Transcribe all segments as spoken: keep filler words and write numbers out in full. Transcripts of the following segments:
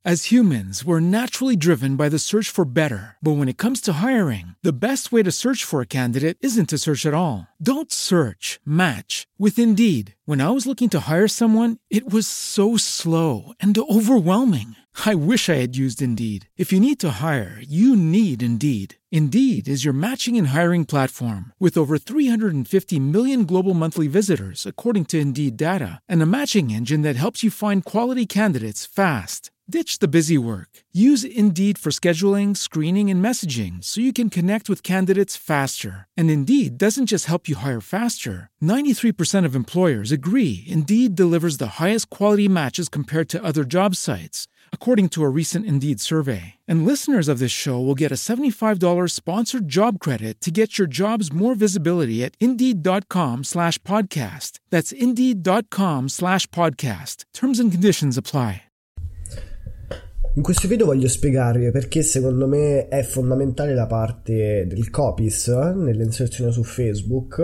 As humans, we're naturally driven by the search for better. But when it comes to hiring, the best way to search for a candidate isn't to search at all. Don't search, match with Indeed. When I was looking to hire someone, it was so slow and overwhelming. I wish I had used Indeed. If you need to hire, you need Indeed. Indeed is your matching and hiring platform with over three hundred fifty million global monthly visitors, according to Indeed data, and a matching engine that helps you find quality candidates fast. Ditch the busy work. Use Indeed for scheduling, screening, and messaging so you can connect with candidates faster. And Indeed doesn't just help you hire faster. ninety-three percent of employers agree Indeed delivers the highest quality matches compared to other job sites, according to a recent Indeed survey. And listeners of this show will get a seventy-five dollars sponsored job credit to get your jobs more visibility at Indeed.com slash podcast. That's Indeed.com slash podcast. Terms and conditions apply. In questo video voglio spiegarvi perché secondo me è fondamentale la parte del copies nelle inserzioni su Facebook,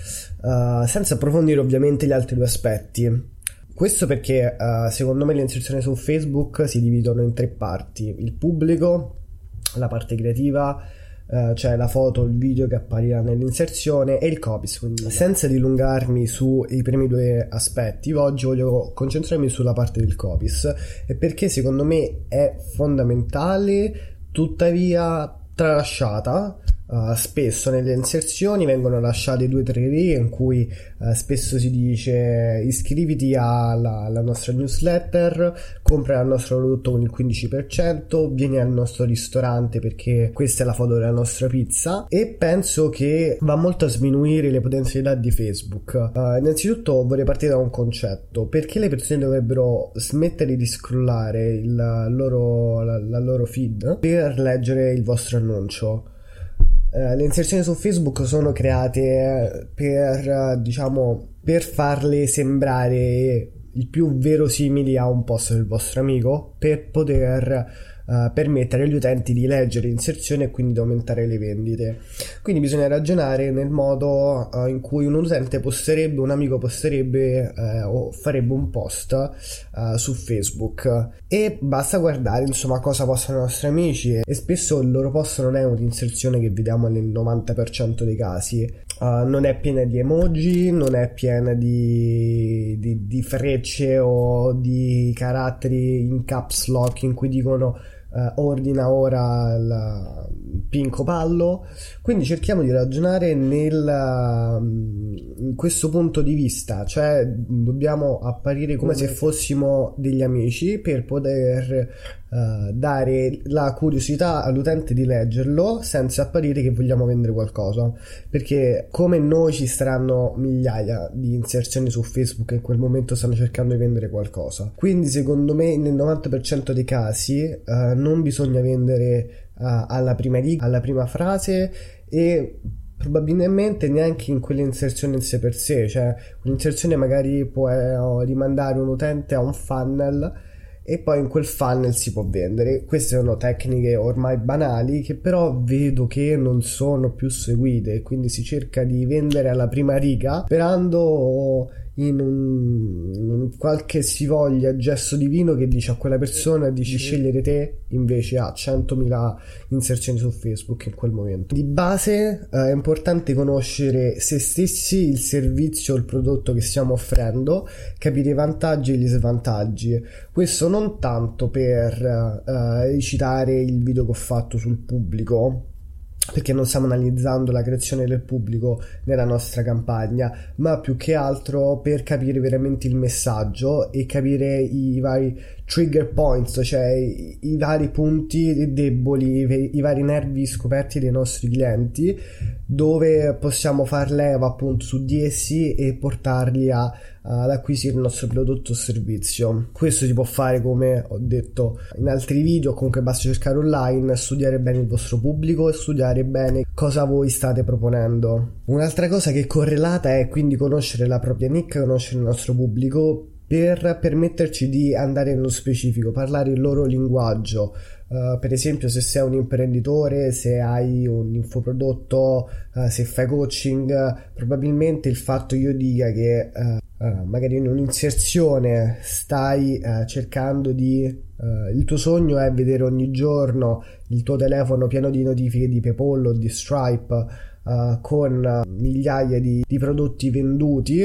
uh, senza approfondire ovviamente gli altri due aspetti. Questo perché uh, secondo me le inserzioni su Facebook si dividono in tre parti: il pubblico, la parte creativa, uh, cioè la foto, il video che apparirà nell'inserzione, e il copies. Quindi, senza dilungarmi sui primi due aspetti, oggi voglio concentrarmi sulla parte del copies, e perché secondo me è fondamentale, tuttavia tralasciata. Uh, spesso nelle inserzioni vengono lasciate due o tre righe in cui uh, spesso si dice: iscriviti alla, alla nostra newsletter, compra il nostro prodotto con il quindici per cento, vieni al nostro ristorante perché questa è la foto della nostra pizza. E penso che va molto a sminuire le potenzialità di Facebook. Uh, innanzitutto vorrei partire da un concetto: perché le persone dovrebbero smettere di scrollare il loro, la, la loro feed per leggere il vostro annuncio? Le inserzioni su Facebook sono create per, diciamo, per farle sembrare il più verosimili a un post del vostro amico, per poter uh, permettere agli utenti di leggere inserzioni e quindi di aumentare le vendite. Quindi bisogna ragionare nel modo uh, in cui un utente posterebbe, un amico posterebbe uh, o farebbe un post uh, su Facebook, e basta guardare insomma cosa postano i nostri amici, e spesso il loro post non è un'inserzione che vediamo nel novanta per cento dei casi. Uh, non è piena di emoji, non è piena di, di, di frecce o di caratteri in caps lock in cui dicono uh, ordina ora il pinco pallo. Quindi cerchiamo di ragionare nel, in questo punto di vista, cioè dobbiamo apparire come se fossimo degli amici per poter uh, dare la curiosità all'utente di leggerlo senza apparire che vogliamo vendere qualcosa, perché come noi ci saranno migliaia di inserzioni su Facebook che in quel momento stanno cercando di vendere qualcosa. Quindi secondo me nel novanta per cento dei casi uh, non bisogna vendere uh, alla prima riga, alla prima frase, e probabilmente neanche in quelle inserzioni in sé per sé. Cioè un'inserzione magari può eh, rimandare un utente a un funnel e poi in quel funnel si può vendere. Queste sono tecniche ormai banali che però vedo che non sono più seguite, quindi si cerca di vendere alla prima riga sperando in un, in un qualche si voglia gesto divino che dice a quella persona di scegliere te, invece ha centomila inserzioni su Facebook in quel momento. Di base eh, è importante conoscere se stessi, il servizio o il prodotto che stiamo offrendo, capire i vantaggi e gli svantaggi. Questo non tanto per eh, recitare il video che ho fatto sul pubblico, perché non stiamo analizzando la creazione del pubblico nella nostra campagna, ma più che altro per capire veramente il messaggio e capire i vari trigger points, cioè i, i vari punti deboli, i, i vari nervi scoperti dei nostri clienti, dove possiamo far leva appunto su di essi e portarli a ad acquisire il nostro prodotto o servizio. Questo si può fare, come ho detto in altri video, comunque basta cercare online, studiare bene il vostro pubblico e studiare bene cosa voi state proponendo. Un'altra cosa che è correlata è quindi conoscere la propria nicchia, conoscere il nostro pubblico, per permetterci di andare nello specifico, parlare il loro linguaggio. Uh, per esempio, se sei un imprenditore, se hai un infoprodotto, uh, se fai coaching, probabilmente il fatto io dica che uh, uh, magari in un'inserzione stai uh, cercando di uh, il tuo sogno è vedere ogni giorno il tuo telefono pieno di notifiche di PayPal o di Stripe Uh, con uh, migliaia di, di prodotti venduti,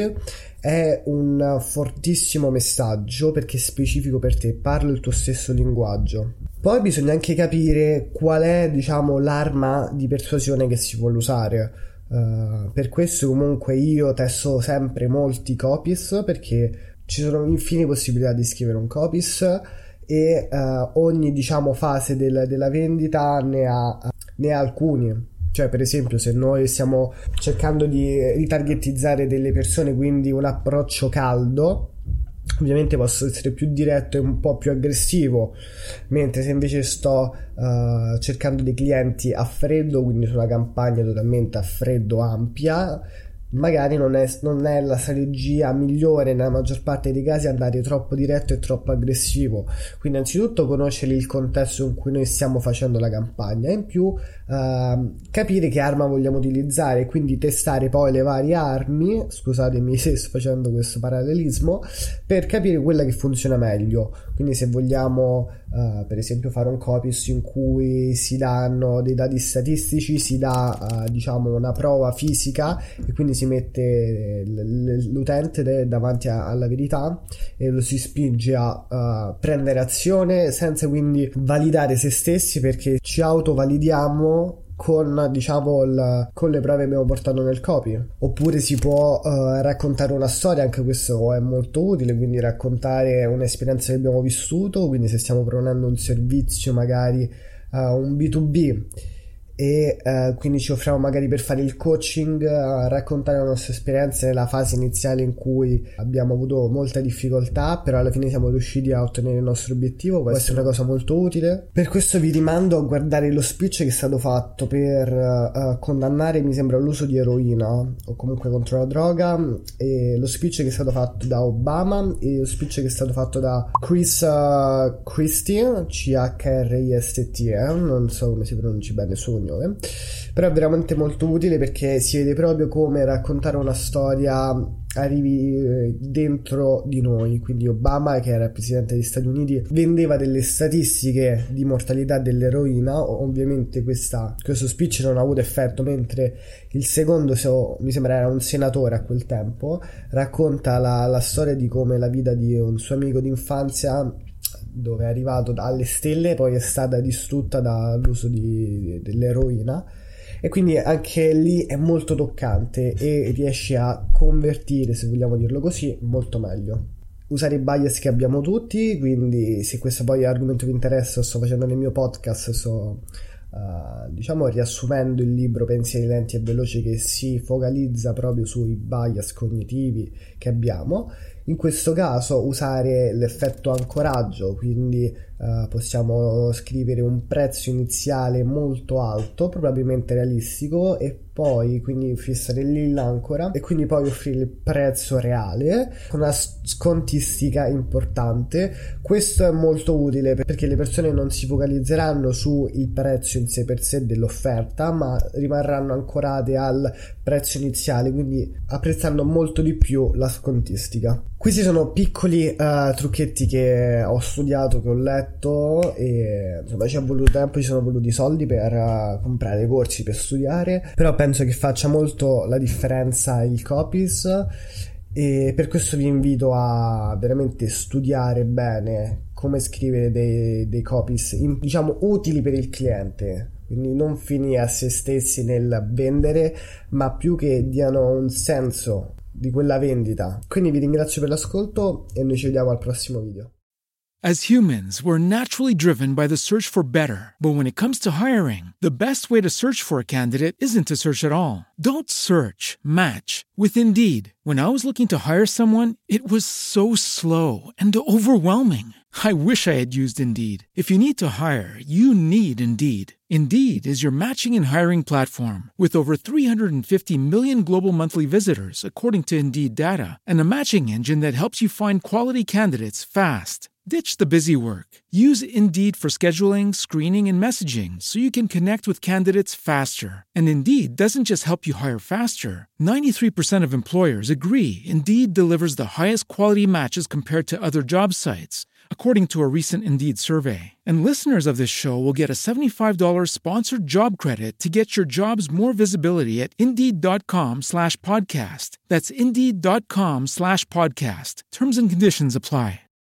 è un fortissimo messaggio perché è specifico per te, parla il tuo stesso linguaggio. Poi bisogna anche capire qual è, diciamo, l'arma di persuasione che si vuole usare. Uh, per questo comunque io testo sempre molti copies, perché ci sono infine possibilità di scrivere un copies e uh, ogni, diciamo, fase del, della vendita ne ha, ne ha alcuni. Cioè, per esempio, se noi stiamo cercando di ritargetizzare delle persone, quindi un approccio caldo, ovviamente posso essere più diretto e un po' più aggressivo, mentre se invece sto uh, cercando dei clienti a freddo, quindi su una campagna totalmente a freddo ampia, magari non è, non è la strategia migliore nella maggior parte dei casi andare troppo diretto e troppo aggressivo. Quindi innanzitutto conoscere il contesto in cui noi stiamo facendo la campagna e in più uh, capire che arma vogliamo utilizzare, quindi testare poi le varie armi, scusatemi se sto facendo questo parallelismo, per capire quella che funziona meglio. Quindi se vogliamo uh, per esempio fare un copies in cui si danno dei dati statistici, si dà uh, diciamo una prova fisica e quindi si mette l'utente davanti alla verità e lo si spinge a uh, prendere azione senza quindi validare se stessi, perché ci autovalidiamo con, diciamo, il, con le prove che abbiamo portato nel copy. Oppure si può uh, raccontare una storia, anche questo è molto utile, quindi raccontare un'esperienza che abbiamo vissuto, quindi se stiamo proponendo un servizio, magari uh, un B due B, e uh, quindi ci offriamo magari per fare il coaching a raccontare la nostra esperienza nella fase iniziale in cui abbiamo avuto molta difficoltà, però alla fine siamo riusciti a ottenere il nostro obiettivo. Può essere una cosa molto utile. Per questo vi rimando a guardare lo speech che è stato fatto per uh, condannare, mi sembra, l'uso di eroina o comunque contro la droga, e lo speech che è stato fatto da Obama e lo speech che è stato fatto da Chris uh, Christie, C H R I S T, eh? Non so come si pronunci bene il suo cognome, però è veramente molto utile perché si vede proprio come raccontare una storia arrivi dentro di noi. Quindi Obama, che era il presidente degli Stati Uniti, vendeva delle statistiche di mortalità dell'eroina. Ovviamente questa, questo speech non ha avuto effetto, mentre il secondo, so, mi sembra era un senatore a quel tempo, racconta la, la storia di come la vita di un suo amico d'infanzia, dove è arrivato alle stelle, poi è stata distrutta dall'uso di, dell'eroina, e quindi anche lì è molto toccante e riesce a convertire, se vogliamo dirlo così, molto meglio. Usare i bias che abbiamo tutti, quindi se questo poi è argomento che vi interessa, sto facendo nel mio podcast, sto uh, diciamo riassumendo il libro Pensieri lenti e veloci, che si focalizza proprio sui bias cognitivi che abbiamo. In questo caso usare l'effetto ancoraggio, quindi uh, possiamo scrivere un prezzo iniziale molto alto, probabilmente realistico, e poi quindi fissare lì l'ancora e quindi poi offrire il prezzo reale con una scontistica importante. Questo è molto utile perché le persone non si focalizzeranno sul prezzo in sé per sé dell'offerta, ma rimarranno ancorate al prezzo iniziale, quindi apprezzando molto di più la scontistica. Questi sono piccoli uh, trucchetti che ho studiato, che ho letto, e insomma ci è voluto tempo, ci sono voluti soldi per uh, comprare corsi per studiare, però penso che faccia molto la differenza il copies, e per questo vi invito a veramente studiare bene come scrivere dei, dei copies in, diciamo utili per il cliente, quindi non finire a se stessi nel vendere, ma più che diano un senso di quella vendita. Quindi vi ringrazio per l'ascolto e noi ci vediamo al prossimo video. As humans, we're naturally driven by the search for better. But when it comes to hiring, the best way to search for a candidate isn't to search at all. Don't search, match with Indeed. When I was looking to hire someone, it was so slow and overwhelming. I wish I had used Indeed. If you need to hire, you need Indeed. Indeed is your matching and hiring platform with over three hundred fifty million global monthly visitors, according to Indeed data, and a matching engine that helps you find quality candidates fast. Ditch the busy work. Use Indeed for scheduling, screening, and messaging so you can connect with candidates faster. And Indeed doesn't just help you hire faster. ninety-three percent of employers agree Indeed delivers the highest quality matches compared to other job sites, according to a recent Indeed survey. And listeners of this show will get a seventy-five dollars sponsored job credit to get your jobs more visibility at Indeed.com slash podcast. That's Indeed.com slash podcast. Terms and conditions apply.